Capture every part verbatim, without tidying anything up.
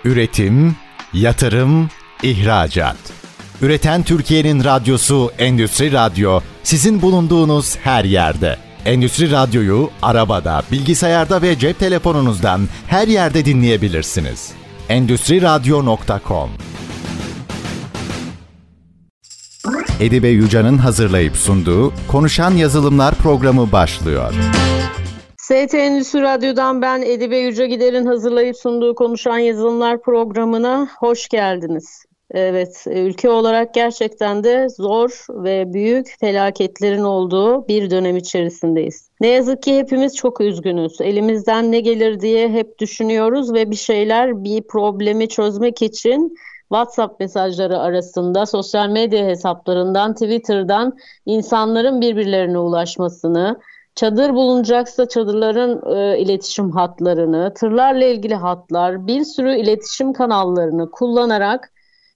Üretim, yatırım, ihracat. Üreten Türkiye'nin radyosu Endüstri Radyo, sizin bulunduğunuz her yerde. Endüstri Radyo'yu arabada, bilgisayarda ve cep telefonunuzdan her yerde dinleyebilirsiniz. endüstri radyo nokta com. Edibe Yuca'nın hazırlayıp sunduğu Konuşan Yazılımlar programı başlıyor. S T Endüstri Radyo'dan ben Edibe Yüce Gider'in hazırlayıp sunduğu Konuşan Yazılımlar programına hoş geldiniz. Evet, ülke olarak gerçekten de zor ve büyük felaketlerin olduğu bir dönem içerisindeyiz. Ne yazık ki hepimiz çok üzgünüz. Elimizden ne gelir diye hep düşünüyoruz ve bir şeyler, bir problemi çözmek için WhatsApp mesajları arasında, sosyal medya hesaplarından, Twitter'dan insanların birbirlerine ulaşmasını, çadır bulunacaksa çadırların e, iletişim hatlarını, tırlarla ilgili hatlar, bir sürü iletişim kanallarını kullanarak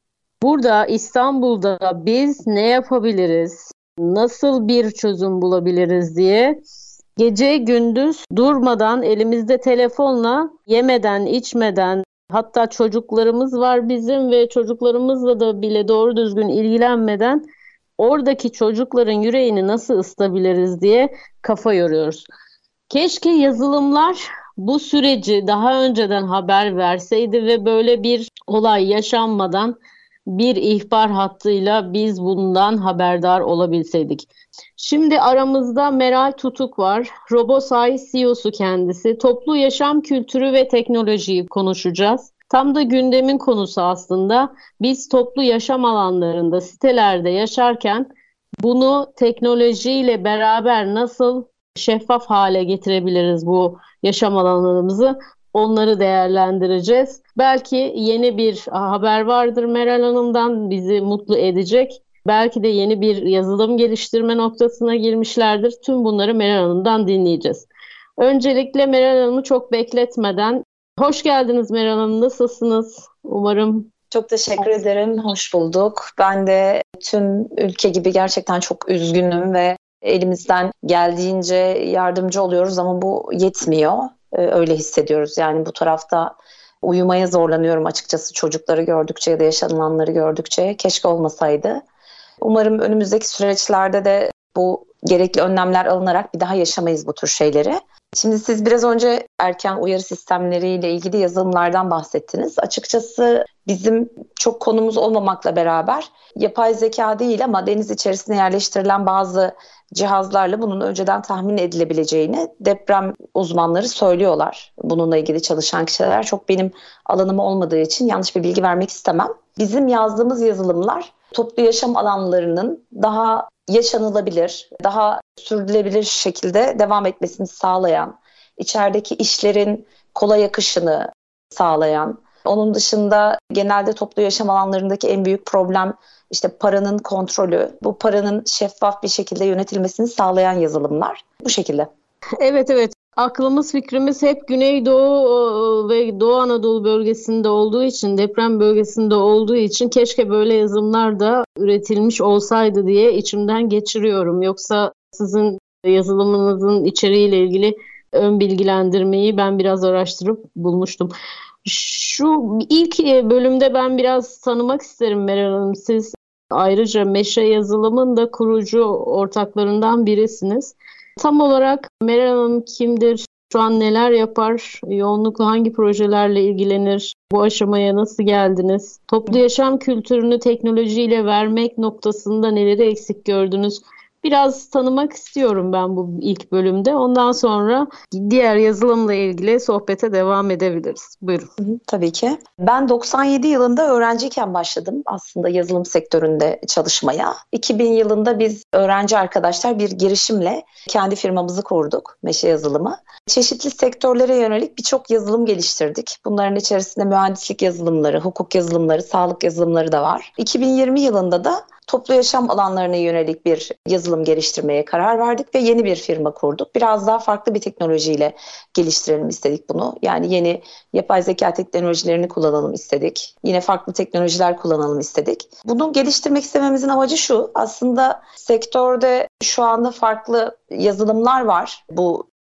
burada İstanbul'da biz ne yapabiliriz, nasıl bir çözüm bulabiliriz diye gece gündüz durmadan elimizde telefonla yemeden, içmeden, hatta çocuklarımız var bizim ve çocuklarımızla da bile doğru düzgün ilgilenmeden oradaki çocukların yüreğini nasıl ısıtabiliriz diye kafa yoruyoruz. Keşke yazılımlar bu süreci daha önceden haber verseydi ve böyle bir olay yaşanmadan bir ihbar hattıyla biz bundan haberdar olabilseydik. Şimdi aramızda Meral Tutuk var. Robosay C E O'su kendisi. Toplu yaşam kültürü ve teknolojiyi konuşacağız. Tam da gündemin konusu aslında. Biz toplu yaşam alanlarında, sitelerde yaşarken bunu teknolojiyle beraber nasıl şeffaf hale getirebiliriz bu yaşam alanlarımızı? Onları değerlendireceğiz. Belki yeni bir haber vardır Meral Hanım'dan bizi mutlu edecek. Belki de yeni bir yazılım geliştirme noktasına girmişlerdir. Tüm bunları Meral Hanım'dan dinleyeceğiz. Öncelikle Meral Hanım'ı çok bekletmeden hoş geldiniz Meral Hanım. Nasılsınız? Umarım. Çok teşekkür ederim. Hoş bulduk. Ben de tüm ülke gibi gerçekten çok üzgünüm ve elimizden geldiğince yardımcı oluyoruz ama bu yetmiyor. Öyle hissediyoruz. Yani bu tarafta uyumaya zorlanıyorum açıkçası çocukları gördükçe ya da yaşananları gördükçe. Keşke olmasaydı. Umarım önümüzdeki süreçlerde de bu gerekli önlemler alınarak bir daha yaşamayız bu tür şeyleri. Şimdi siz biraz önce erken uyarı sistemleriyle ilgili yazılımlardan bahsettiniz. Açıkçası bizim çok konumuz olmamakla beraber yapay zeka değil ama deniz içerisine yerleştirilen bazı cihazlarla bunun önceden tahmin edilebileceğini deprem uzmanları söylüyorlar. Bununla ilgili çalışan kişiler, çok benim alanım olmadığı için yanlış bir bilgi vermek istemem. Bizim yazdığımız yazılımlar toplu yaşam alanlarının daha yaşanılabilir, daha sürdürülebilir şekilde devam etmesini sağlayan, içerideki işlerin kolay akışını sağlayan, onun dışında genelde toplu yaşam alanlarındaki en büyük problem işte paranın kontrolü, bu paranın şeffaf bir şekilde yönetilmesini sağlayan yazılımlar. Bu şekilde. Evet evet. Aklımız fikrimiz hep Güneydoğu ve Doğu Anadolu bölgesinde olduğu için, deprem bölgesinde olduğu için keşke böyle yazılımlar da üretilmiş olsaydı diye içimden geçiriyorum. Yoksa sizin yazılımınızın içeriğiyle ilgili ön bilgilendirmeyi ben biraz araştırıp bulmuştum. Şu ilk bölümde ben biraz tanımak isterim Meral Hanım. Siz ayrıca Meşe Yazılım'ın da kurucu ortaklarından birisiniz. Tam olarak Meral Hanım kimdir? Şu an neler yapar? Yoğunlukla hangi projelerle ilgilenir? Bu aşamaya nasıl geldiniz? Toplu yaşam kültürünü teknolojiyle vermek noktasında neleri eksik gördünüz? Biraz tanımak istiyorum ben bu ilk bölümde. Ondan sonra diğer yazılımla ilgili sohbete devam edebiliriz. Buyurun. Hı hı, tabii ki. Ben doksan yedi yılında öğrenciyken başladım aslında yazılım sektöründe çalışmaya. iki bin yılında biz öğrenci arkadaşlar bir girişimle kendi firmamızı kurduk, Meşe Yazılımı. Çeşitli sektörlere yönelik birçok yazılım geliştirdik. Bunların içerisinde mühendislik yazılımları, hukuk yazılımları, sağlık yazılımları da var. iki bin yirmi yılında da toplu yaşam alanlarına yönelik bir yazılım geliştirmeye karar verdik ve yeni bir firma kurduk. Biraz daha farklı bir teknolojiyle geliştirelim istedik bunu. Yani yeni yapay zeka teknolojilerini kullanalım istedik. Yine farklı teknolojiler kullanalım istedik. Bunu geliştirmek istememizin amacı şu: aslında sektörde şu anda farklı yazılımlar var bu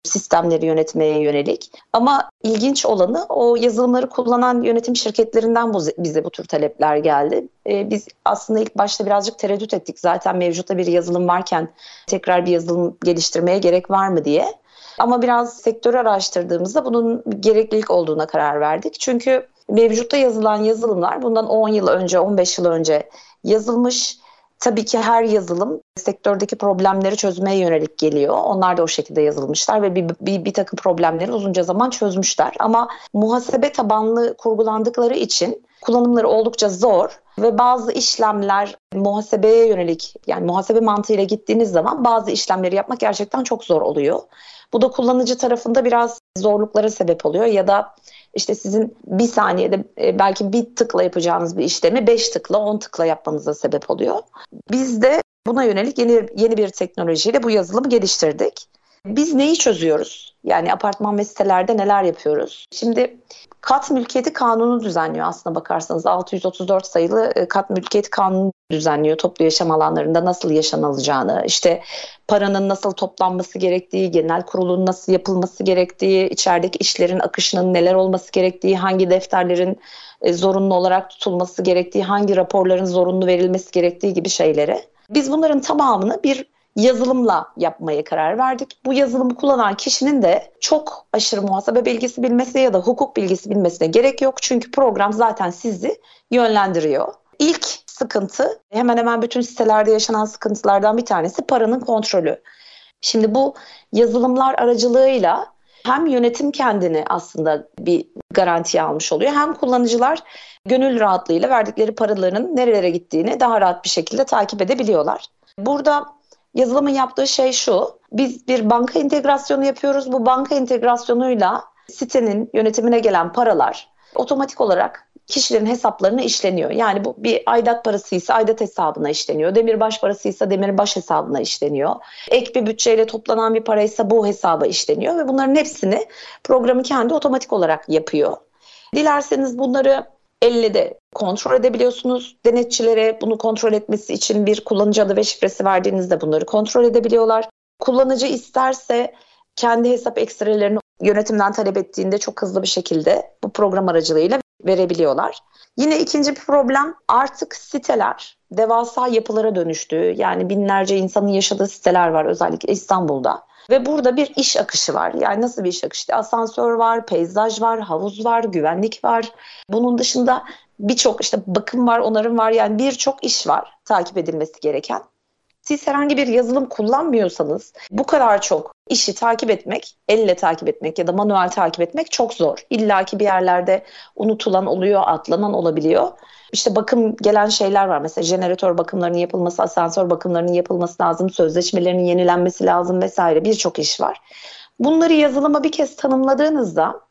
sistemleri yönetmeye yönelik. Ama ilginç olanı o yazılımları kullanan yönetim şirketlerinden bu, bize bu tür talepler geldi. Ee, biz aslında ilk başta birazcık tereddüt ettik. Zaten mevcutta bir yazılım varken tekrar bir yazılım geliştirmeye gerek var mı diye. Ama biraz sektörü araştırdığımızda bunun gereklilik olduğuna karar verdik. Çünkü mevcutta yazılan yazılımlar bundan on yıl önce, on beş yıl önce yazılmış. Tabii ki her yazılım sektördeki problemleri çözmeye yönelik geliyor. Onlar da o şekilde yazılmışlar ve bir, bir, bir takım problemleri uzunca zaman çözmüşler. Ama muhasebe tabanlı kurgulandıkları için kullanımları oldukça zor ve bazı işlemler muhasebeye yönelik, yani muhasebe mantığıyla gittiğiniz zaman bazı işlemleri yapmak gerçekten çok zor oluyor. Bu da kullanıcı tarafında biraz zorluklara sebep oluyor ya da işte sizin bir saniyede belki bir tıkla yapacağınız bir işlemi beş tıkla, on tıkla yapmanıza sebep oluyor. Biz de buna yönelik yeni yeni bir teknolojiyle bu yazılımı geliştirdik. Biz neyi çözüyoruz? Yani apartman ve sitelerde neler yapıyoruz? Şimdi kat mülkiyeti kanunu düzenliyor aslına bakarsanız. altı yüz otuz dört sayılı kat mülkiyeti kanunu düzenliyor. Toplu yaşam alanlarında nasıl yaşanılacağını, işte paranın nasıl toplanması gerektiği, genel kurulun nasıl yapılması gerektiği, içerideki işlerin akışının neler olması gerektiği, hangi defterlerin zorunlu olarak tutulması gerektiği, hangi raporların zorunlu verilmesi gerektiği gibi şeyleri. Biz bunların tamamını bir yazılımla yapmaya karar verdik. Bu yazılımı kullanan kişinin de çok aşırı muhasebe bilgisi bilmesi ya da hukuk bilgisi bilmesine gerek yok. Çünkü program zaten sizi yönlendiriyor. İlk sıkıntı, hemen hemen bütün sitelerde yaşanan sıkıntılardan bir tanesi paranın kontrolü. Şimdi bu yazılımlar aracılığıyla hem yönetim kendini aslında bir garantiye almış oluyor, hem kullanıcılar gönül rahatlığıyla verdikleri paraların nerelere gittiğini daha rahat bir şekilde takip edebiliyorlar. Burada yazılımın yaptığı şey şu: biz bir banka entegrasyonu yapıyoruz. Bu banka entegrasyonuyla sitenin yönetimine gelen paralar otomatik olarak kişilerin hesaplarına işleniyor. Yani bu bir aidat parasıysa aidat hesabına işleniyor. Demirbaş parasıysa demirbaş hesabına işleniyor. Ek bir bütçeyle toplanan bir paraysa bu hesaba işleniyor ve bunların hepsini programı kendi otomatik olarak yapıyor. Dilerseniz bunları elle de kontrol edebiliyorsunuz. Denetçilere bunu kontrol etmesi için bir kullanıcı adı ve şifresi verdiğinizde bunları kontrol edebiliyorlar. Kullanıcı isterse kendi hesap ekstrelerini yönetimden talep ettiğinde çok hızlı bir şekilde bu program aracılığıyla verebiliyorlar. Yine ikinci bir problem, artık siteler devasa yapılara dönüştü. Yani binlerce insanın yaşadığı siteler var özellikle İstanbul'da. Ve burada bir iş akışı var. Yani nasıl bir iş akışı? Asansör var, peyzaj var, havuz var, güvenlik var. Bunun dışında birçok işte bakım var, onarım var. Yani birçok iş var takip edilmesi gereken. Siz herhangi bir yazılım kullanmıyorsanız bu kadar çok işi takip etmek, elle takip etmek ya da manuel takip etmek çok zor. İlla ki bir yerlerde unutulan oluyor, atlanan olabiliyor. İşte bakım gelen şeyler var. Mesela jeneratör bakımlarının yapılması, asansör bakımlarının yapılması lazım, sözleşmelerinin yenilenmesi lazım vesaire, birçok iş var. Bunları yazılıma bir kez tanımladığınızda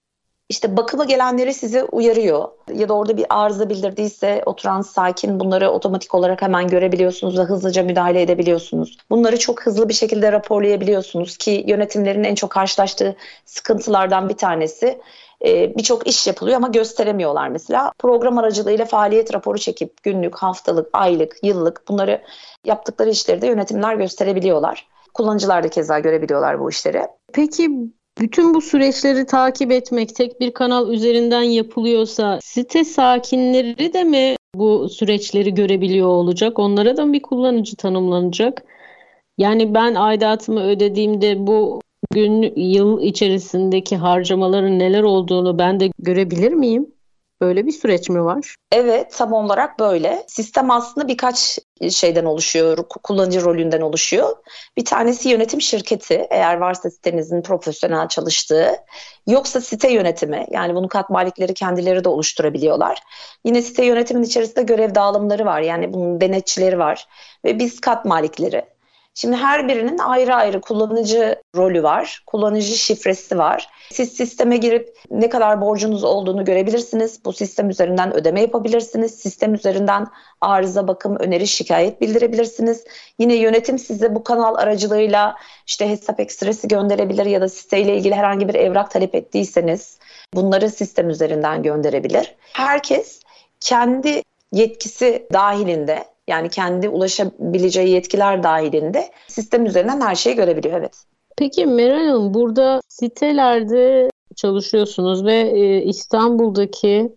İşte bakıma gelenleri size uyarıyor ya da orada bir arıza bildirdiyse oturan sakin bunları otomatik olarak hemen görebiliyorsunuz ve hızlıca müdahale edebiliyorsunuz. Bunları çok hızlı bir şekilde raporlayabiliyorsunuz ki yönetimlerin en çok karşılaştığı sıkıntılardan bir tanesi. Ee, birçok iş yapılıyor ama gösteremiyorlar mesela. Program aracılığıyla faaliyet raporu çekip günlük, haftalık, aylık, yıllık bunları yaptıkları işleri de yönetimler gösterebiliyorlar. Kullanıcılar da keza görebiliyorlar bu işleri. Peki bütün bu süreçleri takip etmek tek bir kanal üzerinden yapılıyorsa site sakinleri de mi bu süreçleri görebiliyor olacak? Onlara da mı bir kullanıcı tanımlanacak? Yani ben aidatımı ödediğimde bu gün, yıl içerisindeki harcamaların neler olduğunu ben de görebilir miyim? Böyle bir süreç mi var? Evet, tam olarak böyle. Sistem aslında birkaç şeyden oluşuyor, kullanıcı rolünden oluşuyor. Bir tanesi yönetim şirketi, eğer varsa sitenizin profesyonel çalıştığı, yoksa site yönetimi, yani bunu kat malikleri kendileri de oluşturabiliyorlar. Yine site yönetimin içerisinde görev dağılımları var, yani bunun denetçileri var ve biz kat malikleri. Şimdi her birinin ayrı ayrı kullanıcı rolü var, kullanıcı şifresi var. Siz sisteme girip ne kadar borcunuz olduğunu görebilirsiniz. Bu sistem üzerinden ödeme yapabilirsiniz. Sistem üzerinden arıza, bakım, öneri, şikayet bildirebilirsiniz. Yine yönetim size bu kanal aracılığıyla işte hesap ekstresi gönderebilir ya da siteyle ilgili herhangi bir evrak talep ettiyseniz bunları sistem üzerinden gönderebilir. Herkes kendi yetkisi dahilinde, yani kendi ulaşabileceği yetkiler dahilinde sistem üzerinden her şeyi görebiliyor. Evet. Peki Meral Hanım, burada sitelerde çalışıyorsunuz ve e, İstanbul'daki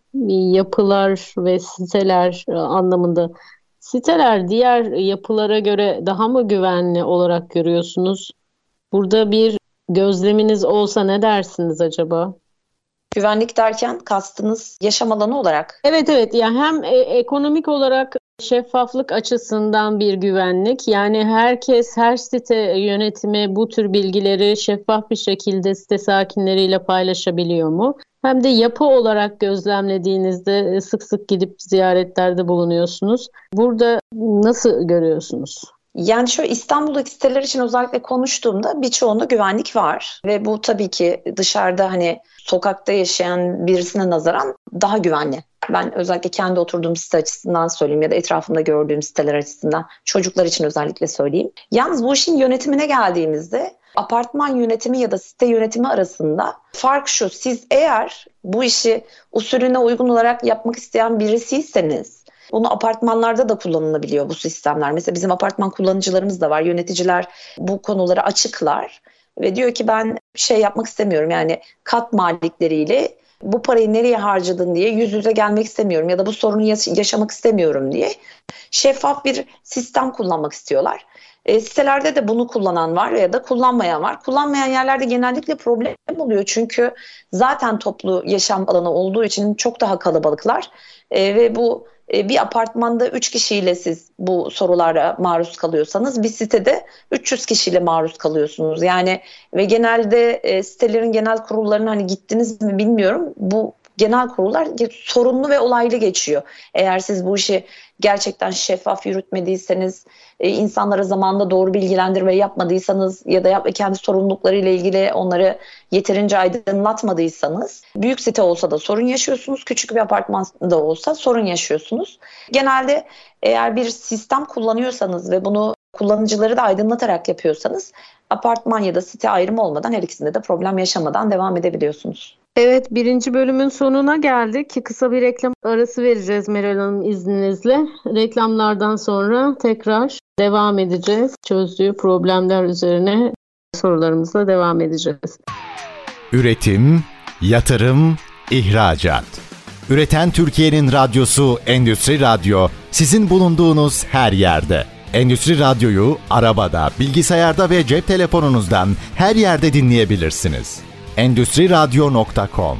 yapılar ve siteler e, anlamında siteler diğer yapılara göre daha mı güvenli olarak görüyorsunuz? Burada bir gözleminiz olsa ne dersiniz acaba? Güvenlik derken kastınız yaşam alanı olarak? Evet evet, yani hem e, ekonomik olarak şeffaflık açısından bir güvenlik, yani herkes, her site yönetimi bu tür bilgileri şeffaf bir şekilde site sakinleriyle paylaşabiliyor mu? Hem de yapı olarak gözlemlediğinizde sık sık gidip ziyaretlerde bulunuyorsunuz. Burada nasıl görüyorsunuz? Yani şöyle, İstanbul'daki siteler için özellikle konuştuğumda birçoğunda güvenlik var ve bu tabii ki dışarıda hani sokakta yaşayan birisine nazaran daha güvenli. Ben özellikle kendi oturduğum site açısından söyleyeyim ya da etrafımda gördüğüm siteler açısından, çocuklar için özellikle söyleyeyim. Yalnız bu işin yönetimine geldiğimizde apartman yönetimi ya da site yönetimi arasında fark şu: siz eğer bu işi usulüne uygun olarak yapmak isteyen birisiyseniz, bunu apartmanlarda da kullanılabiliyor bu sistemler. Mesela bizim apartman kullanıcılarımız da var. Yöneticiler bu konuları açıklar ve diyor ki ben şey yapmak istemiyorum, yani kat malikleriyle bu parayı nereye harcadın diye yüz yüze gelmek istemiyorum ya da bu sorunu yaşamak istemiyorum diye şeffaf bir sistem kullanmak istiyorlar. E, sitelerde de bunu kullanan var ya da kullanmayan var. Kullanmayan yerlerde genellikle problem oluyor. Çünkü zaten toplu yaşam alanı olduğu için çok daha kalabalıklar e, ve bu e, bir apartmanda üç kişiyle siz bu sorulara maruz kalıyorsanız bir sitede üç yüz kişiyle maruz kalıyorsunuz. Yani ve genelde e, sitelerin genel kurullarına hani gittiniz mi bilmiyorum. Bu genel kurullar sorunlu ve olaylı geçiyor. Eğer siz bu işi gerçekten şeffaf yürütmediyseniz, e, insanlara zamanında doğru bilgilendirme yapmadıysanız ya da yap, kendi sorumluluklarıyla ilgili onları yeterince aydınlatmadıysanız, büyük site olsa da sorun yaşıyorsunuz, küçük bir apartmanda olsa sorun yaşıyorsunuz. Genelde eğer bir sistem kullanıyorsanız ve bunu kullanıcıları da aydınlatarak yapıyorsanız, apartman ya da site ayrımı olmadan her ikisinde de problem yaşamadan devam edebiliyorsunuz. Evet, birinci bölümün sonuna geldik. Kısa bir reklam arası vereceğiz Meral Hanım izninizle. Reklamlardan sonra tekrar devam edeceğiz. Çözdüğü problemler üzerine sorularımızla devam edeceğiz. Üretim, yatırım, ihracat. Üreten Türkiye'nin radyosu Endüstri Radyo, sizin bulunduğunuz her yerde. Endüstri Radyo'yu arabada, bilgisayarda ve cep telefonunuzdan her yerde dinleyebilirsiniz. endüstri radyo nokta com.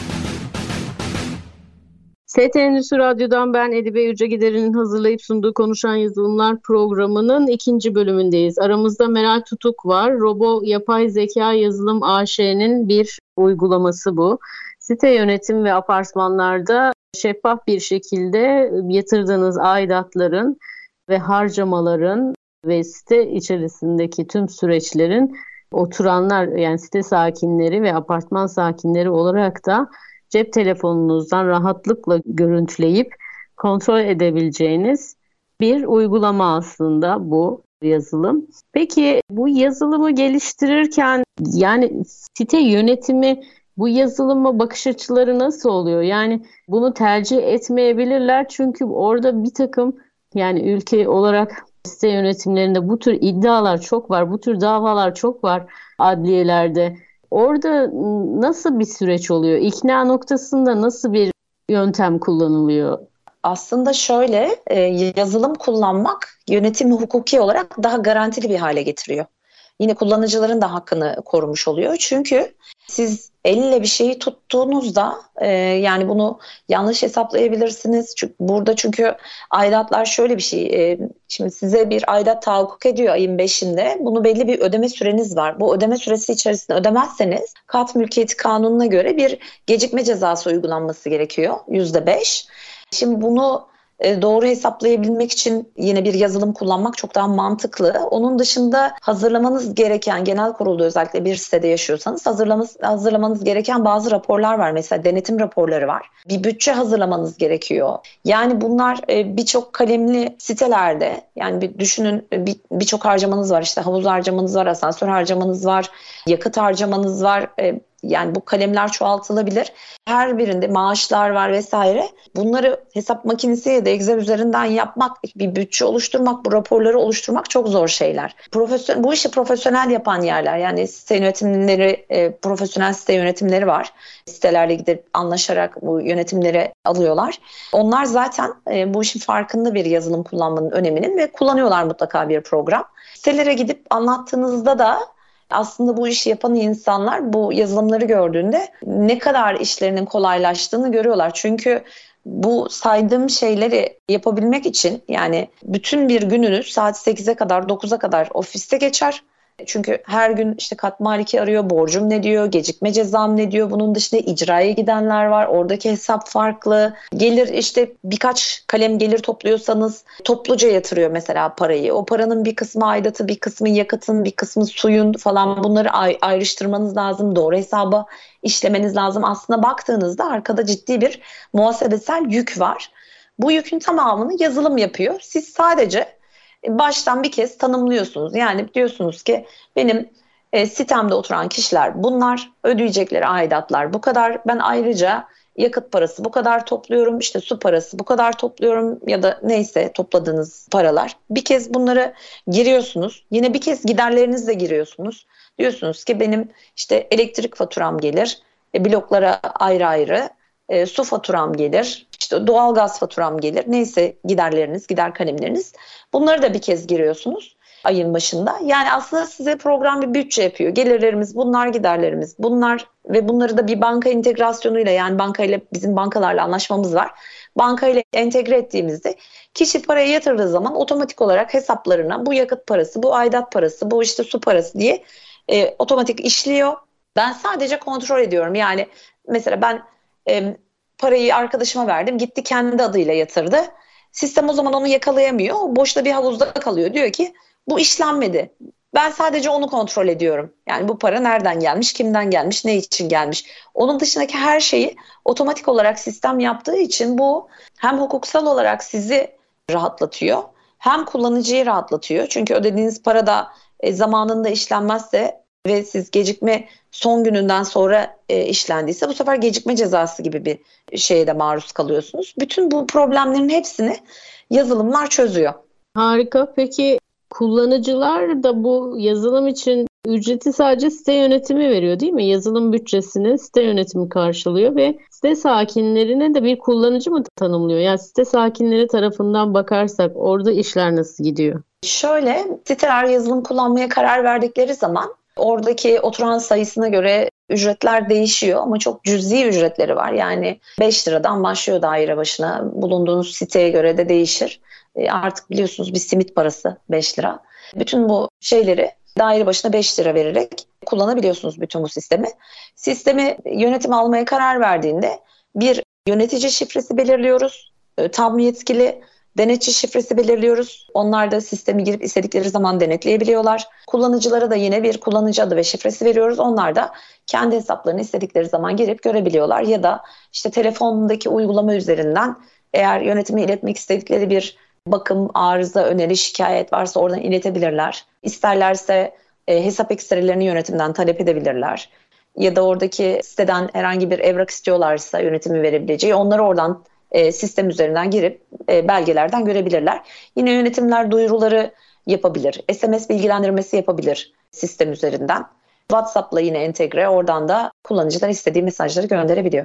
S T Endüstri Radyo'dan ben Edibe Yücegider'in hazırlayıp sunduğu Konuşan Yazılımlar programının ikinci bölümündeyiz. Aramızda Meral Tutuk var. Robo Yapay Zeka Yazılım A Ş'nin bir uygulaması bu. Site yönetim ve apartmanlarda şeffaf bir şekilde yatırdığınız aidatların ve harcamaların ve site içerisindeki tüm süreçlerin oturanlar, yani site sakinleri ve apartman sakinleri olarak da cep telefonunuzdan rahatlıkla görüntüleyip kontrol edebileceğiniz bir uygulama aslında bu yazılım. Peki bu yazılımı geliştirirken, yani site yönetimi bu yazılıma bakış açıları nasıl oluyor? Yani bunu tercih etmeyebilirler çünkü orada bir takım, yani ülke olarak site yönetimlerinde bu tür iddialar çok var, bu tür davalar çok var adliyelerde. Orada nasıl bir süreç oluyor? İkna noktasında nasıl bir yöntem kullanılıyor? Aslında şöyle, yazılım kullanmak yönetimi hukuki olarak daha garantili bir hale getiriyor. Yine kullanıcıların da hakkını korumuş oluyor. Çünkü siz elle bir şeyi tuttuğunuzda e, yani bunu yanlış hesaplayabilirsiniz. Çünkü burada çünkü aidatlar şöyle bir şey. E, şimdi size bir aidat tahakkuk ediyor ayın beşinde. Bunu belli bir ödeme süreniz var. Bu ödeme süresi içerisinde ödemezseniz kat mülkiyeti kanununa göre bir gecikme cezası uygulanması gerekiyor. yüzde beş. Şimdi bunu doğru hesaplayabilmek için yine bir yazılım kullanmak çok daha mantıklı. Onun dışında hazırlamanız gereken, genel kurulda özellikle bir sitede yaşıyorsanız hazırlamanız, hazırlamanız gereken bazı raporlar var. Mesela denetim raporları var. Bir bütçe hazırlamanız gerekiyor. Yani bunlar birçok kalemli sitelerde, yani bir düşünün, birçok harcamanız var. İşte havuz harcamanız var, asansör harcamanız var, yakıt harcamanız var. Yani bu kalemler çoğaltılabilir. Her birinde maaşlar var vesaire. Bunları hesap makinesi ya da Excel üzerinden yapmak, bir bütçe oluşturmak, bu raporları oluşturmak çok zor şeyler. Profesyonel, bu işi profesyonel yapan yerler, yani site yönetimleri, e, profesyonel site yönetimleri var. Sitelerle gidip anlaşarak bu yönetimleri alıyorlar. Onlar zaten e, bu işin farkında, bir yazılım kullanmanın öneminin, ve kullanıyorlar mutlaka bir program. Sitelere gidip anlattığınızda da aslında bu işi yapan insanlar bu yazılımları gördüğünde ne kadar işlerinin kolaylaştığını görüyorlar. Çünkü bu saydığım şeyleri yapabilmek için, yani bütün bir gününüz saat sekize kadar, dokuza kadar ofiste geçer. Çünkü her gün işte kat maliki arıyor, borcum ne diyor, gecikme cezam ne diyor. Bunun dışında icraya gidenler var. Oradaki hesap farklı. Gelir, işte birkaç kalem gelir topluyorsanız topluca yatırıyor mesela parayı. O paranın bir kısmı aidatı, bir kısmı yakıtın, bir kısmı suyun falan, bunları ay- ayrıştırmanız lazım. Doğru hesaba işlemeniz lazım. Aslında baktığınızda arkada ciddi bir muhasebesel yük var. Bu yükün tamamını yazılım yapıyor. Siz sadece baştan bir kez tanımlıyorsunuz. Yani diyorsunuz ki benim e, sitemde oturan kişiler bunlar, ödeyecekleri aidatlar bu kadar. Ben ayrıca yakıt parası bu kadar topluyorum, işte su parası bu kadar topluyorum ya da neyse topladığınız paralar. Bir kez bunları giriyorsunuz. Yine bir kez giderlerinizi de giriyorsunuz. Diyorsunuz ki benim işte elektrik faturam gelir, e, bloklara ayrı ayrı. E, su faturam gelir, işte doğalgaz faturam gelir, neyse giderleriniz, gider kalemleriniz. Bunları da bir kez giriyorsunuz ayın başında. Yani aslında size program bir bütçe yapıyor. Gelirlerimiz bunlar, giderlerimiz bunlar, ve bunları da bir banka integrasyonuyla, yani bankayla, bizim bankalarla anlaşmamız var. Bankayla entegre ettiğimizde kişi parayı yatırdığı zaman otomatik olarak hesaplarına bu yakıt parası, bu aidat parası, bu işte su parası diye e, otomatik işliyor. Ben sadece kontrol ediyorum. Yani mesela ben E, parayı arkadaşıma verdim. Gitti kendi adıyla yatırdı. Sistem o zaman onu yakalayamıyor. Boşta bir havuzda kalıyor. Diyor ki bu işlenmedi. Ben sadece onu kontrol ediyorum. Yani bu para nereden gelmiş, kimden gelmiş, ne için gelmiş. Onun dışındaki her şeyi otomatik olarak sistem yaptığı için bu hem hukuksal olarak sizi rahatlatıyor, hem kullanıcıyı rahatlatıyor. Çünkü ödediğiniz para da e, zamanında işlenmezse ve siz gecikme son gününden sonra e, işlendiyse bu sefer gecikme cezası gibi bir şeye de maruz kalıyorsunuz. Bütün bu problemlerin hepsini yazılımlar çözüyor. Harika. Peki kullanıcılar da bu yazılım için ücreti sadece site yönetimi veriyor değil mi? Yazılım bütçesini site yönetimi karşılıyor ve site sakinlerine de bir kullanıcı mı tanımlıyor? Yani site sakinleri tarafından bakarsak orada işler nasıl gidiyor? Şöyle, siteler yazılım kullanmaya karar verdikleri zaman oradaki oturan sayısına göre ücretler değişiyor ama çok cüzi ücretleri var. Yani beş liradan başlıyor daire başına. Bulunduğunuz siteye göre de değişir. E artık biliyorsunuz bir simit parası beş lira. Bütün bu şeyleri daire başına beş lira vererek kullanabiliyorsunuz bütün bu sistemi. Sistemi yönetim almaya karar verdiğinde bir yönetici şifresi belirliyoruz. E, tam yetkili denetçi şifresi belirliyoruz. Onlar da sistemi girip istedikleri zaman denetleyebiliyorlar. Kullanıcılara da yine bir kullanıcı adı ve şifresi veriyoruz. Onlar da kendi hesaplarını istedikleri zaman girip görebiliyorlar. Ya da işte telefondaki uygulama üzerinden eğer yönetime iletmek istedikleri bir bakım, arıza, öneri, şikayet varsa oradan iletebilirler. İsterlerse e, hesap ekstrelerini yönetimden talep edebilirler. Ya da oradaki siteden herhangi bir evrak istiyorlarsa yönetimi verebileceği, onları oradan E, sistem üzerinden girip e, belgelerden görebilirler. Yine yönetimler duyuruları yapabilir. S M S bilgilendirmesi yapabilir sistem üzerinden. WhatsApp'la yine entegre, oradan da kullanıcılar istediği mesajları gönderebiliyor.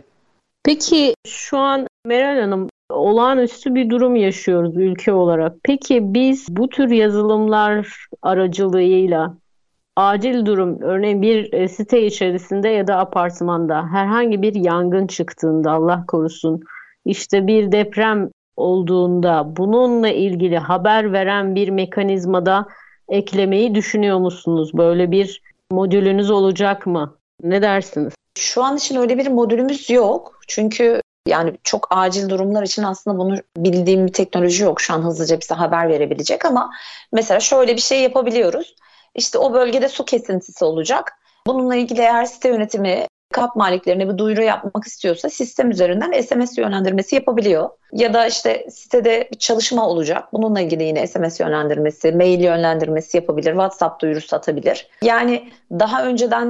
Peki şu an Meral Hanım, olağanüstü bir durum yaşıyoruz ülke olarak. Peki biz bu tür yazılımlar aracılığıyla acil durum, örneğin bir site içerisinde ya da apartmanda herhangi bir yangın çıktığında, Allah korusun, İşte bir deprem olduğunda bununla ilgili haber veren bir mekanizmada eklemeyi düşünüyor musunuz? Böyle bir modülünüz olacak mı? Ne dersiniz? Şu an için öyle bir modülümüz yok. Çünkü yani çok acil durumlar için aslında bunu bildiğim bir teknoloji yok. Şu an hızlıca bize haber verebilecek ama mesela şöyle bir şey yapabiliyoruz. İşte o bölgede su kesintisi olacak. Bununla ilgili eğer site yönetimi kap maliklerine bir duyuru yapmak istiyorsa sistem üzerinden S M S yönlendirmesi yapabiliyor. Ya da işte sitede bir çalışma olacak. Bununla ilgili yine S M S yönlendirmesi, mail yönlendirmesi yapabilir, WhatsApp duyurusu atabilir. Yani daha önceden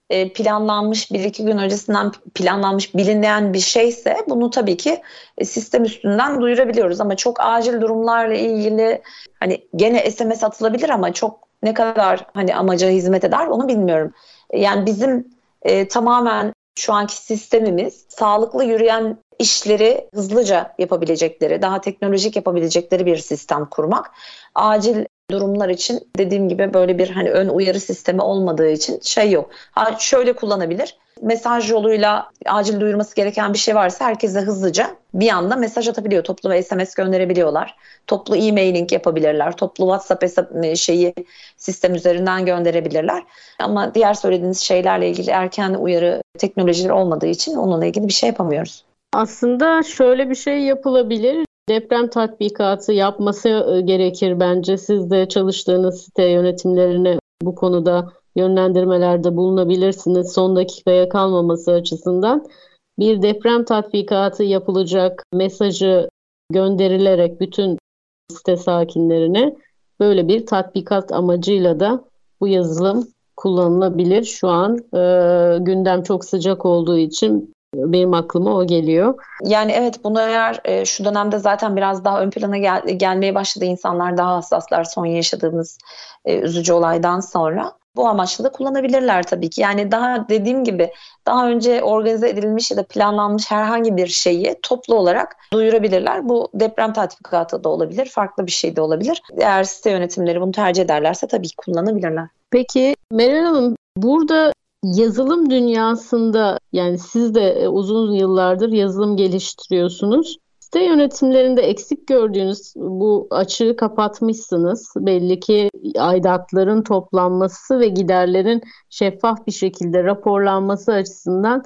planlanmış, bir iki gün öncesinden planlanmış, bilinen bir şeyse bunu tabii ki sistem üstünden duyurabiliyoruz. Ama çok acil durumlarla ilgili hani gene S M S atılabilir ama çok ne kadar hani amaca hizmet eder onu bilmiyorum. Yani bizim e, tamamen şu anki sistemimiz sağlıklı yürüyen işleri hızlıca yapabilecekleri, daha teknolojik yapabilecekleri bir sistem kurmak. Acil durumlar için dediğim gibi böyle bir hani ön uyarı sistemi olmadığı için şey yok. Ha şöyle kullanabilir. Mesaj yoluyla acil duyurması gereken bir şey varsa herkese hızlıca bir anda mesaj atabiliyor. Toplu ve S M S gönderebiliyorlar. Toplu e-mailing yapabilirler. Toplu WhatsApp hesap şeyi sistem üzerinden gönderebilirler. Ama diğer söylediğiniz şeylerle ilgili erken uyarı teknolojileri olmadığı için onunla ilgili bir şey yapamıyoruz. Aslında şöyle bir şey yapılabilir. Deprem tatbikatı yapması gerekir bence. Siz de çalıştığınız site yönetimlerine bu konuda yönlendirmelerde bulunabilirsiniz. Son dakikaya kalmaması açısından bir deprem tatbikatı yapılacak mesajı gönderilerek bütün site sakinlerine böyle bir tatbikat amacıyla da bu yazılım kullanılabilir. Şu an e, gündem çok sıcak olduğu için benim aklıma o geliyor. Yani evet bunu eğer e, şu dönemde zaten biraz daha ön plana gel- gelmeye başladı. İnsanlar daha hassaslar son yaşadığımız e, üzücü olaydan sonra. Bu amaçla da kullanabilirler tabii ki. Yani daha dediğim gibi daha önce organize edilmiş ya da planlanmış herhangi bir şeyi toplu olarak duyurabilirler. Bu deprem tatbikatı da olabilir, farklı bir şey de olabilir. Eğer site yönetimleri bunu tercih ederlerse tabii ki kullanabilirler. Peki Meral Hanım, burada yazılım dünyasında yani siz de uzun yıllardır yazılım geliştiriyorsunuz. Site yönetimlerinde eksik gördüğünüz bu açığı kapatmışsınız. Belli ki aidatların toplanması ve giderlerin şeffaf bir şekilde raporlanması açısından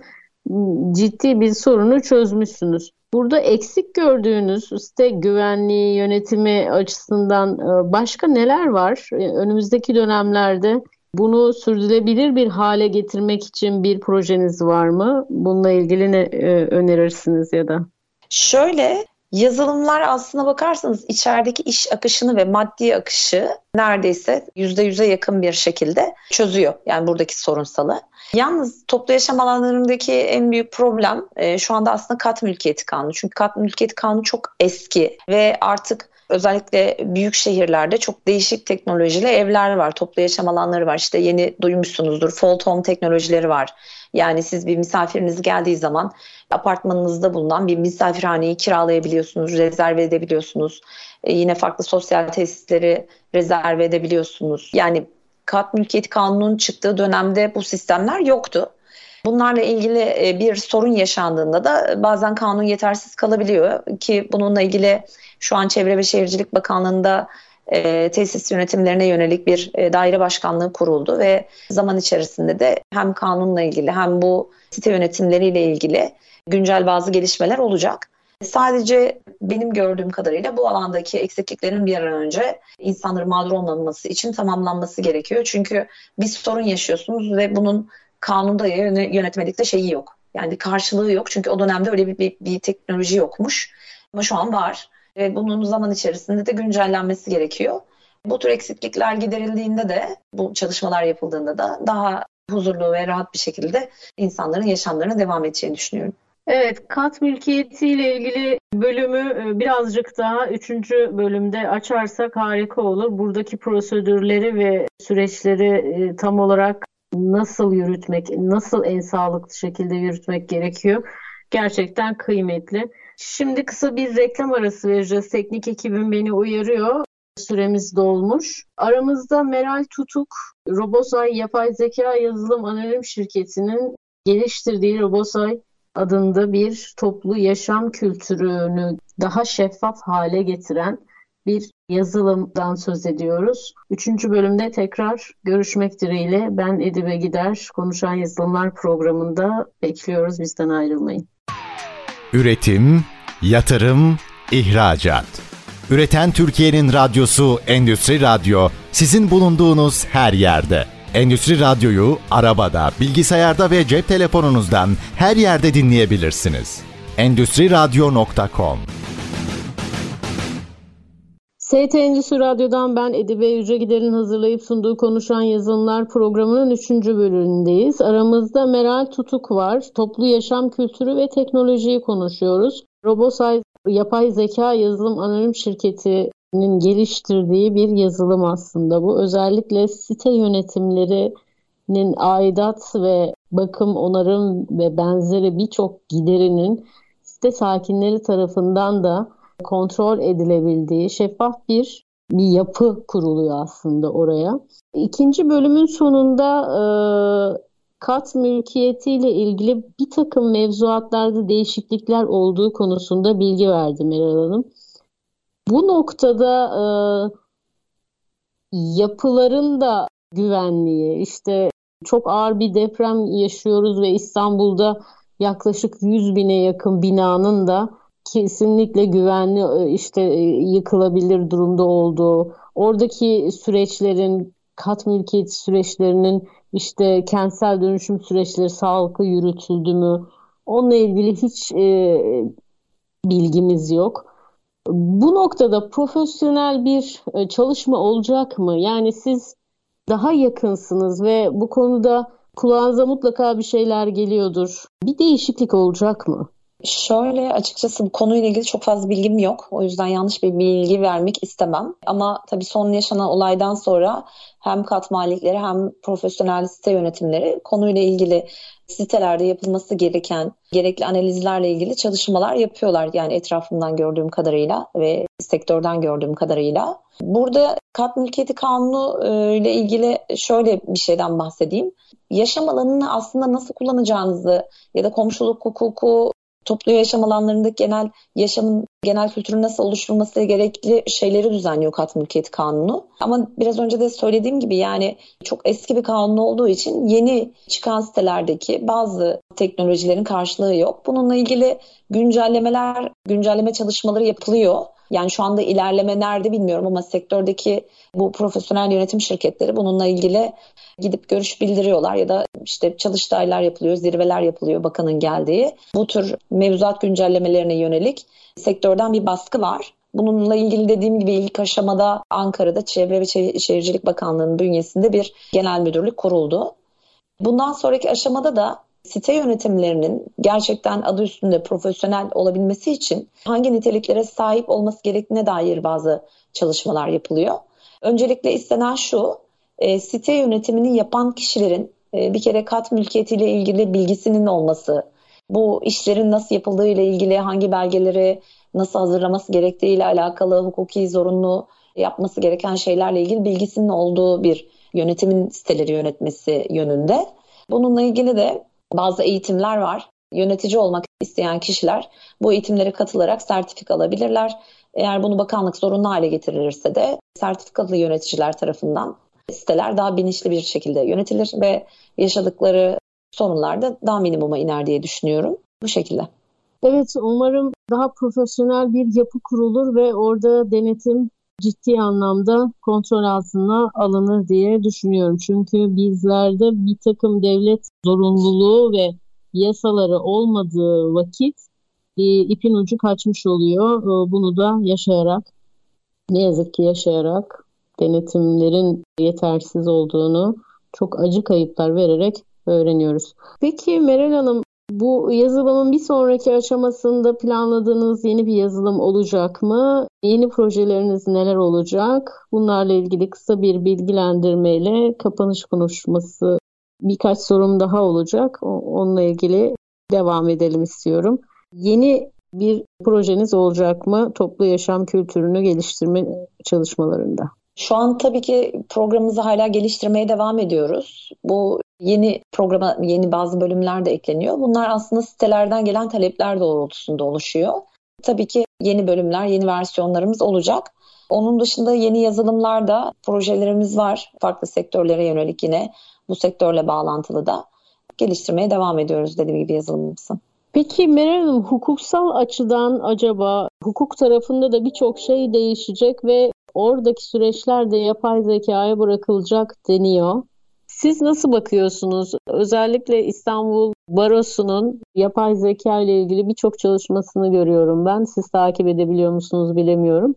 ciddi bir sorunu çözmüşsünüz. Burada eksik gördüğünüz site güvenliği, yönetimi açısından başka neler var? Önümüzdeki dönemlerde bunu sürdürülebilir bir hale getirmek için bir projeniz var mı? Bununla ilgili ne e, önerirsiniz ya da? Şöyle, yazılımlar aslına bakarsanız içerideki iş akışını ve maddi akışı neredeyse yüzde yüze yakın bir şekilde çözüyor. Yani buradaki sorunsalı. Yalnız toplu yaşam alanlarındaki en büyük problem e, şu anda aslında kat mülkiyeti kanunu. Çünkü kat mülkiyeti kanunu çok eski ve artık özellikle büyük şehirlerde çok değişik teknolojili evler var. Toplu yaşam alanları var. İşte yeni duymuşsunuzdur. Fold home teknolojileri var. Yani siz bir misafiriniz geldiği zaman apartmanınızda bulunan bir misafirhaneyi kiralayabiliyorsunuz, rezerve edebiliyorsunuz. Ee, yine farklı sosyal tesisleri rezerve edebiliyorsunuz. Yani kat mülkiyeti kanununun çıktığı dönemde bu sistemler yoktu. Bunlarla ilgili bir sorun yaşandığında da bazen kanun yetersiz kalabiliyor ki bununla ilgili şu an Çevre ve Şehircilik Bakanlığı'nda e, tesis yönetimlerine yönelik bir e, daire başkanlığı kuruldu ve zaman içerisinde de hem kanunla ilgili hem bu site yönetimleriyle ilgili güncel bazı gelişmeler olacak. Sadece benim gördüğüm kadarıyla bu alandaki eksikliklerin bir an önce insanların mağdur olmaması için tamamlanması gerekiyor. Çünkü bir sorun yaşıyorsunuz ve bunun kanunda yönetmelikte şeyi yok. Yani karşılığı yok. Çünkü o dönemde öyle bir, bir, bir teknoloji yokmuş. Ama şu an var. Ve bunun zaman içerisinde de güncellenmesi gerekiyor. Bu tür eksiklikler giderildiğinde de, bu çalışmalar yapıldığında da daha huzurlu ve rahat bir şekilde insanların yaşamlarına devam edeceğini düşünüyorum. Evet, kat mülkiyetiyle ilgili bölümü birazcık daha üçüncü bölümde açarsak harika olur. Buradaki prosedürleri ve süreçleri tam olarak nasıl yürütmek, nasıl en sağlıklı şekilde yürütmek gerekiyor? Gerçekten kıymetli. Şimdi kısa bir reklam arası vereceğiz. Teknik ekibim beni uyarıyor. Süremiz dolmuş. Aramızda Meral Tutuk, Robosay Yapay Zeka Yazılım Anonim Şirketi'nin geliştirdiği Robosay adında bir toplu yaşam kültürünü daha şeffaf hale getiren bir yazılımdan söz ediyoruz. Üçüncü bölümde tekrar görüşmek dileğiyle. Ben Edibe Gider, Konuşan Yazılımlar programında bekliyoruz. Bizden ayrılmayın. Üretim, yatırım, ihracat. Üreten Türkiye'nin radyosu Endüstri Radyo, sizin bulunduğunuz her yerde. Endüstri Radyo'yu arabada, bilgisayarda ve cep telefonunuzdan her yerde dinleyebilirsiniz. endüstri radyo nokta com S T Endüstri Radyo'dan ben Edibe Yüce Gider'in hazırlayıp sunduğu Konuşan Yazılımlar programının üçüncü bölümündeyiz. Aramızda Meral Tutuk var. Toplu yaşam kültürü ve teknolojiyi konuşuyoruz. Robosay yapay zeka yazılım anonim şirketinin geliştirdiği bir yazılım aslında bu. Özellikle site yönetimlerinin aidat ve bakım, onarım ve benzeri birçok giderinin site sakinleri tarafından da kontrol edilebildiği şeffaf bir bir yapı kuruluyor aslında oraya. İkinci bölümün sonunda e, kat mülkiyetiyle ilgili bir takım mevzuatlarda değişiklikler olduğu konusunda bilgi verdi Meral Hanım. Bu noktada e, yapıların da güvenliği, işte çok ağır bir deprem yaşıyoruz ve İstanbul'da yaklaşık yüz bine yakın binanın da kesinlikle güvenli, işte yıkılabilir durumda olduğu, oradaki süreçlerin, kat mülkiyeti süreçlerinin, işte kentsel dönüşüm süreçleri sağlıklı yürütüldü mü? Onunla ilgili hiç e, bilgimiz yok. Bu noktada profesyonel bir e, çalışma olacak mı? Yani siz daha yakınsınız ve bu konuda kulağınıza mutlaka bir şeyler geliyordur. Bir değişiklik olacak mı? Şöyle, açıkçası bu konuyla ilgili çok fazla bilgim yok. O yüzden yanlış bir bilgi vermek istemem. Ama tabii son yaşanan olaydan sonra hem kat malikleri hem profesyonel site yönetimleri konuyla ilgili sitelerde yapılması gereken gerekli analizlerle ilgili çalışmalar yapıyorlar. Yani etrafımdan gördüğüm kadarıyla ve sektörden gördüğüm kadarıyla. Burada kat mülkiyeti kanunu ile ilgili şöyle bir şeyden bahsedeyim. Yaşam alanını aslında nasıl kullanacağınızı ya da komşuluk hukuku, toplu yaşam alanlarındaki genel yaşamın genel kültürün nasıl oluşturulması gerekli şeyleri düzenliyor kat mülkiyeti kanunu. Ama biraz önce de söylediğim gibi yani çok eski bir kanun olduğu için yeni çıkan sitelerdeki bazı teknolojilerin karşılığı yok. Bununla ilgili güncellemeler, güncelleme çalışmaları yapılıyor. Yani şu anda ilerleme nerede bilmiyorum ama sektördeki bu profesyonel yönetim şirketleri bununla ilgili gidip görüş bildiriyorlar ya da işte çalıştaylar yapılıyor, zirveler yapılıyor bakanın geldiği. Bu tür mevzuat güncellemelerine yönelik sektörden bir baskı var. Bununla ilgili dediğim gibi ilk aşamada Ankara'da Çevre ve Şehircilik Bakanlığı'nın bünyesinde bir genel müdürlük kuruldu. Bundan sonraki aşamada da site yönetimlerinin gerçekten adı üstünde profesyonel olabilmesi için hangi niteliklere sahip olması gerektiğine dair bazı çalışmalar yapılıyor. Öncelikle istenen şu, e, site yönetimini yapan kişilerin e, bir kere kat mülkiyetiyle ilgili bilgisinin olması, bu işlerin nasıl yapıldığı ile ilgili hangi belgeleri nasıl hazırlaması gerektiği ile alakalı hukuki zorunlu yapması gereken şeylerle ilgili bilgisinin olduğu bir yönetimin siteleri yönetmesi yönünde. Bununla ilgili de bazı eğitimler var. Yönetici olmak isteyen kişiler bu eğitimlere katılarak sertifika alabilirler. Eğer bunu bakanlık zorunlu hale getirilirse de sertifikalı yöneticiler tarafından siteler daha bilinçli bir şekilde yönetilir ve yaşadıkları sorunlar da daha minimuma iner diye düşünüyorum. Bu şekilde. Evet, umarım daha profesyonel bir yapı kurulur ve orada denetim ciddi anlamda kontrol altına alınır diye düşünüyorum. Çünkü bizlerde bir takım devlet zorunluluğu ve yasaları olmadığı vakit e, ipin ucu kaçmış oluyor. E, bunu da yaşayarak, ne yazık ki yaşayarak denetimlerin yetersiz olduğunu çok acı kayıplar vererek öğreniyoruz. Peki Meral Hanım, bu yazılımın bir sonraki aşamasında planladığınız yeni bir yazılım olacak mı? Yeni projeleriniz neler olacak? Bunlarla ilgili kısa bir bilgilendirmeyle kapanış konuşması, birkaç sorum daha olacak. Onunla ilgili devam edelim istiyorum. Yeni bir projeniz olacak mı toplu yaşam kültürünü geliştirme çalışmalarında? Şu an tabii ki programımızı hala geliştirmeye devam ediyoruz. Bu yeni programa yeni bazı bölümler de ekleniyor. Bunlar aslında sitelerden gelen talepler doğrultusunda oluşuyor. Tabii ki yeni bölümler, yeni versiyonlarımız olacak. Onun dışında yeni yazılımlar da projelerimiz var. Farklı sektörlere yönelik yine bu sektörle bağlantılı da geliştirmeye devam ediyoruz dediğim gibi yazılımımızı. Peki Meral Hanım, hukuksal açıdan acaba hukuk tarafında da birçok şey değişecek ve oradaki süreçler de yapay zekaya bırakılacak deniyor. Siz nasıl bakıyorsunuz? Özellikle İstanbul Barosu'nun yapay zeka ile ilgili birçok çalışmasını görüyorum ben. Siz takip edebiliyor musunuz bilemiyorum.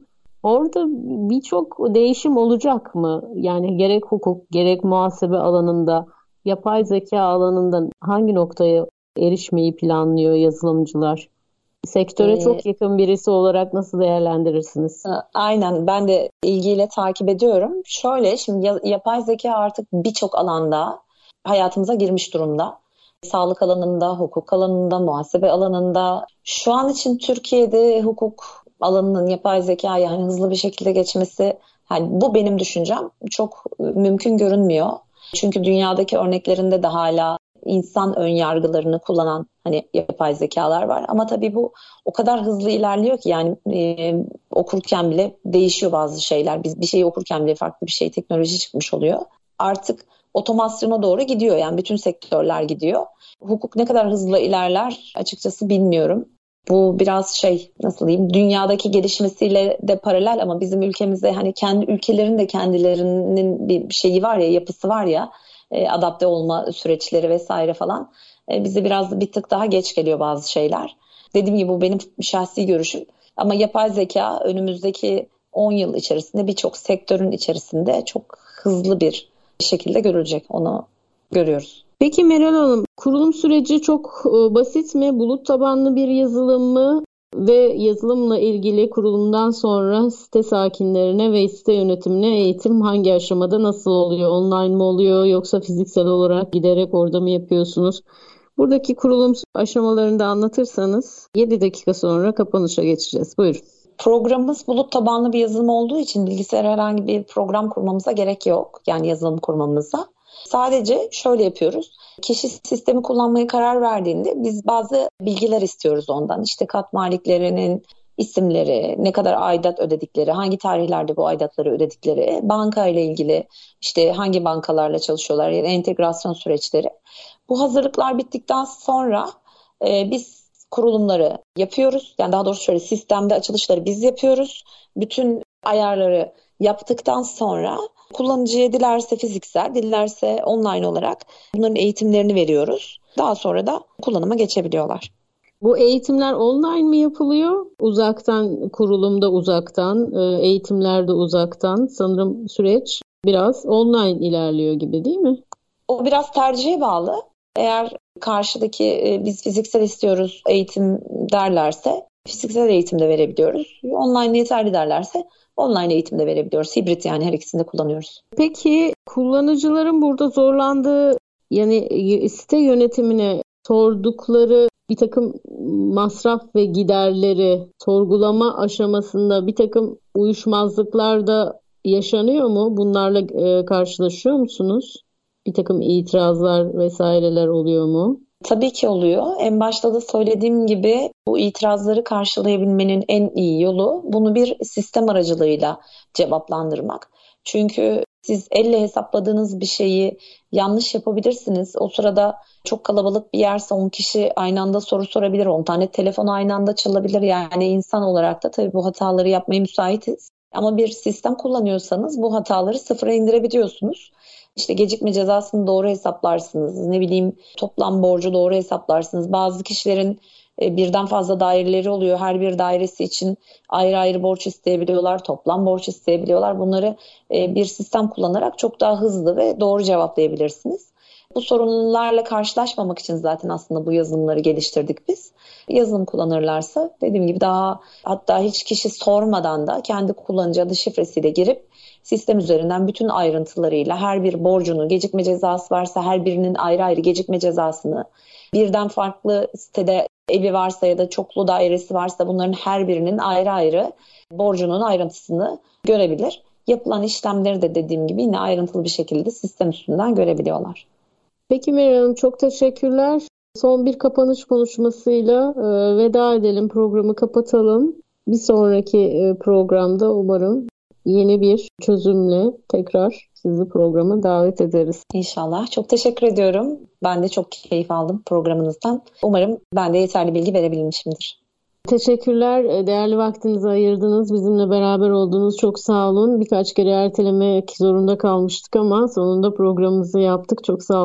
Orada birçok değişim olacak mı? Yani gerek hukuk, gerek muhasebe alanında, yapay zeka alanında hangi noktaya erişmeyi planlıyor yazılımcılar? Sektöre Ee, çok yakın birisi olarak nasıl değerlendirirsiniz? aynen, ben de ilgiyle takip ediyorum. Şöyle, şimdi ya- yapay zeka artık birçok alanda hayatımıza girmiş durumda. Sağlık alanında, hukuk alanında, muhasebe alanında. Şu an için Türkiye'de hukuk alanının yapay zekaya hani hızlı bir şekilde geçmesi, hani bu benim düşüncem, çok mümkün görünmüyor. Çünkü dünyadaki örneklerinde de hala insan ön yargılarını kullanan hani yapay zekalar var. Ama tabii bu o kadar hızlı ilerliyor ki yani e, okurken bile değişiyor bazı şeyler. Biz bir şeyi okurken bile farklı bir şey, teknoloji çıkmış oluyor. Artık otomasyona doğru gidiyor, yani bütün sektörler gidiyor. Hukuk ne kadar hızlı ilerler açıkçası bilmiyorum. Bu biraz şey, nasıl diyeyim, dünyadaki gelişmesiyle de paralel ama bizim ülkemizde hani kendi ülkelerin de kendilerinin bir şeyi var ya, yapısı var ya, e, adapte olma süreçleri vesaire falan. E, bize biraz bir tık daha geç geliyor bazı şeyler. Dediğim gibi bu benim şahsi görüşüm. Ama yapay zeka önümüzdeki on yıl içerisinde birçok sektörün içerisinde çok hızlı bir şekilde görülecek. Onu görüyoruz. Peki Meral Hanım, kurulum süreci çok e, basit mi? Bulut tabanlı bir yazılım mı? Ve yazılımla ilgili kurulumdan sonra site sakinlerine ve site yönetimine eğitim hangi aşamada, nasıl oluyor? Online mi oluyor yoksa fiziksel olarak giderek orada mı yapıyorsunuz? Buradaki kurulum aşamalarını da anlatırsanız yedi dakika sonra kapanışa geçeceğiz. Buyurun. Programımız bulut tabanlı bir yazılım olduğu için bilgisayara herhangi bir program kurmamıza gerek yok. Yani yazılım kurmamıza. Sadece şöyle yapıyoruz. Kişi sistemi kullanmaya karar verdiğinde biz bazı bilgiler istiyoruz ondan. İşte kat maliklerinin isimleri, ne kadar aidat ödedikleri, hangi tarihlerde bu aidatları ödedikleri, banka ile ilgili işte hangi bankalarla çalışıyorlar, yani entegrasyon süreçleri. Bu hazırlıklar bittikten sonra e, biz kurulumları yapıyoruz. Yani daha doğrusu şöyle, sistemde açılışları biz yapıyoruz. Bütün ayarları yaptıktan sonra kullanıcıya dilerse fiziksel, dilerse online olarak bunların eğitimlerini veriyoruz. Daha sonra da kullanıma geçebiliyorlar. Bu eğitimler online mi yapılıyor? Uzaktan, kurulumda uzaktan, eğitimler de uzaktan. Sanırım süreç biraz online ilerliyor gibi, değil mi? O biraz tercihe bağlı. Eğer karşıdaki biz fiziksel istiyoruz eğitim derlerse fiziksel eğitim de verebiliyoruz. Online yeterli derlerse online eğitim de verebiliyoruz. Hibrit, yani her ikisini de kullanıyoruz. Peki kullanıcıların burada zorlandığı, yani site yönetimine sordukları bir takım masraf ve giderleri sorgulama aşamasında bir takım uyuşmazlıklar da yaşanıyor mu? Bunlarla e, karşılaşıyor musunuz? Bir takım itirazlar vesaireler oluyor mu? Tabii ki oluyor. En başta da söylediğim gibi bu itirazları karşılayabilmenin en iyi yolu bunu bir sistem aracılığıyla cevaplandırmak. Çünkü siz elle hesapladığınız bir şeyi yanlış yapabilirsiniz. O sırada çok kalabalık bir yerse on kişi aynı anda soru sorabilir, on tane telefon aynı anda çalabilir. Yani insan olarak da tabii bu hataları yapmaya müsaitiz. Ama bir sistem kullanıyorsanız bu hataları sıfıra indirebiliyorsunuz. İşte gecikme cezasını doğru hesaplarsınız. Ne bileyim, toplam borcu doğru hesaplarsınız. Bazı kişilerin birden fazla daireleri oluyor. Her bir dairesi için ayrı ayrı borç isteyebiliyorlar. Toplam borç isteyebiliyorlar. Bunları bir sistem kullanarak çok daha hızlı ve doğru cevaplayabilirsiniz. Bu sorunlarla karşılaşmamak için zaten aslında bu yazılımları geliştirdik biz. Yazılım kullanırlarsa dediğim gibi daha, hatta hiç kişi sormadan da kendi kullanıcı adı şifresiyle girip sistem üzerinden bütün ayrıntılarıyla her bir borcunu, gecikme cezası varsa her birinin ayrı ayrı gecikme cezasını, birden farklı sitede evi varsa ya da çoklu dairesi varsa bunların her birinin ayrı ayrı borcunun ayrıntısını görebilir. Yapılan işlemleri de dediğim gibi yine ayrıntılı bir şekilde sistem üstünden görebiliyorlar. Peki Meral Hanım, çok teşekkürler. Son bir kapanış konuşmasıyla e, veda edelim, programı kapatalım. Bir sonraki e, programda umarım yeni bir çözümle tekrar sizi programa davet ederiz. İnşallah. Çok teşekkür ediyorum. Ben de çok keyif aldım programınızdan. Umarım ben de yeterli bilgi verebilmişimdir. Teşekkürler. Değerli vaktinizi ayırdınız. Bizimle beraber oldunuz. Çok sağ olun. Birkaç kere ertelemek zorunda kalmıştık ama sonunda programımızı yaptık. Çok sağ olun.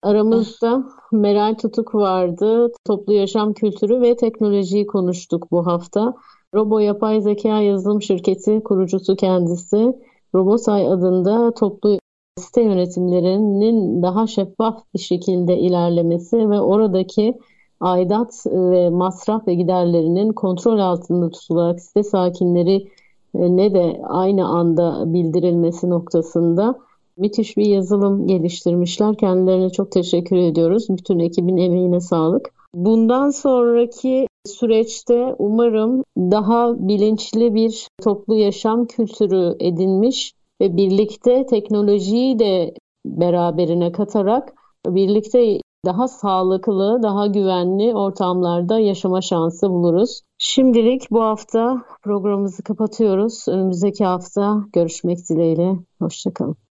Aramızda Meral Tutuk vardı. Toplu yaşam kültürü ve teknolojiyi konuştuk bu hafta. Robo Yapay Zeka Yazılım Şirketi kurucusu kendisi. Robosay adında toplu site yönetimlerinin daha şeffaf bir şekilde ilerlemesi ve oradaki aidat ve masraf ve giderlerinin kontrol altında tutularak site sakinleri ne de aynı anda bildirilmesi noktasında müthiş bir yazılım geliştirmişler. Kendilerine çok teşekkür ediyoruz. Bütün ekibin emeğine sağlık. Bundan sonraki süreçte umarım daha bilinçli bir toplu yaşam kültürü edinmiş ve birlikte teknolojiyi de beraberine katarak birlikte daha sağlıklı, daha güvenli ortamlarda yaşama şansı buluruz. Şimdilik bu hafta programımızı kapatıyoruz. Önümüzdeki hafta görüşmek dileğiyle. Hoşça kalın.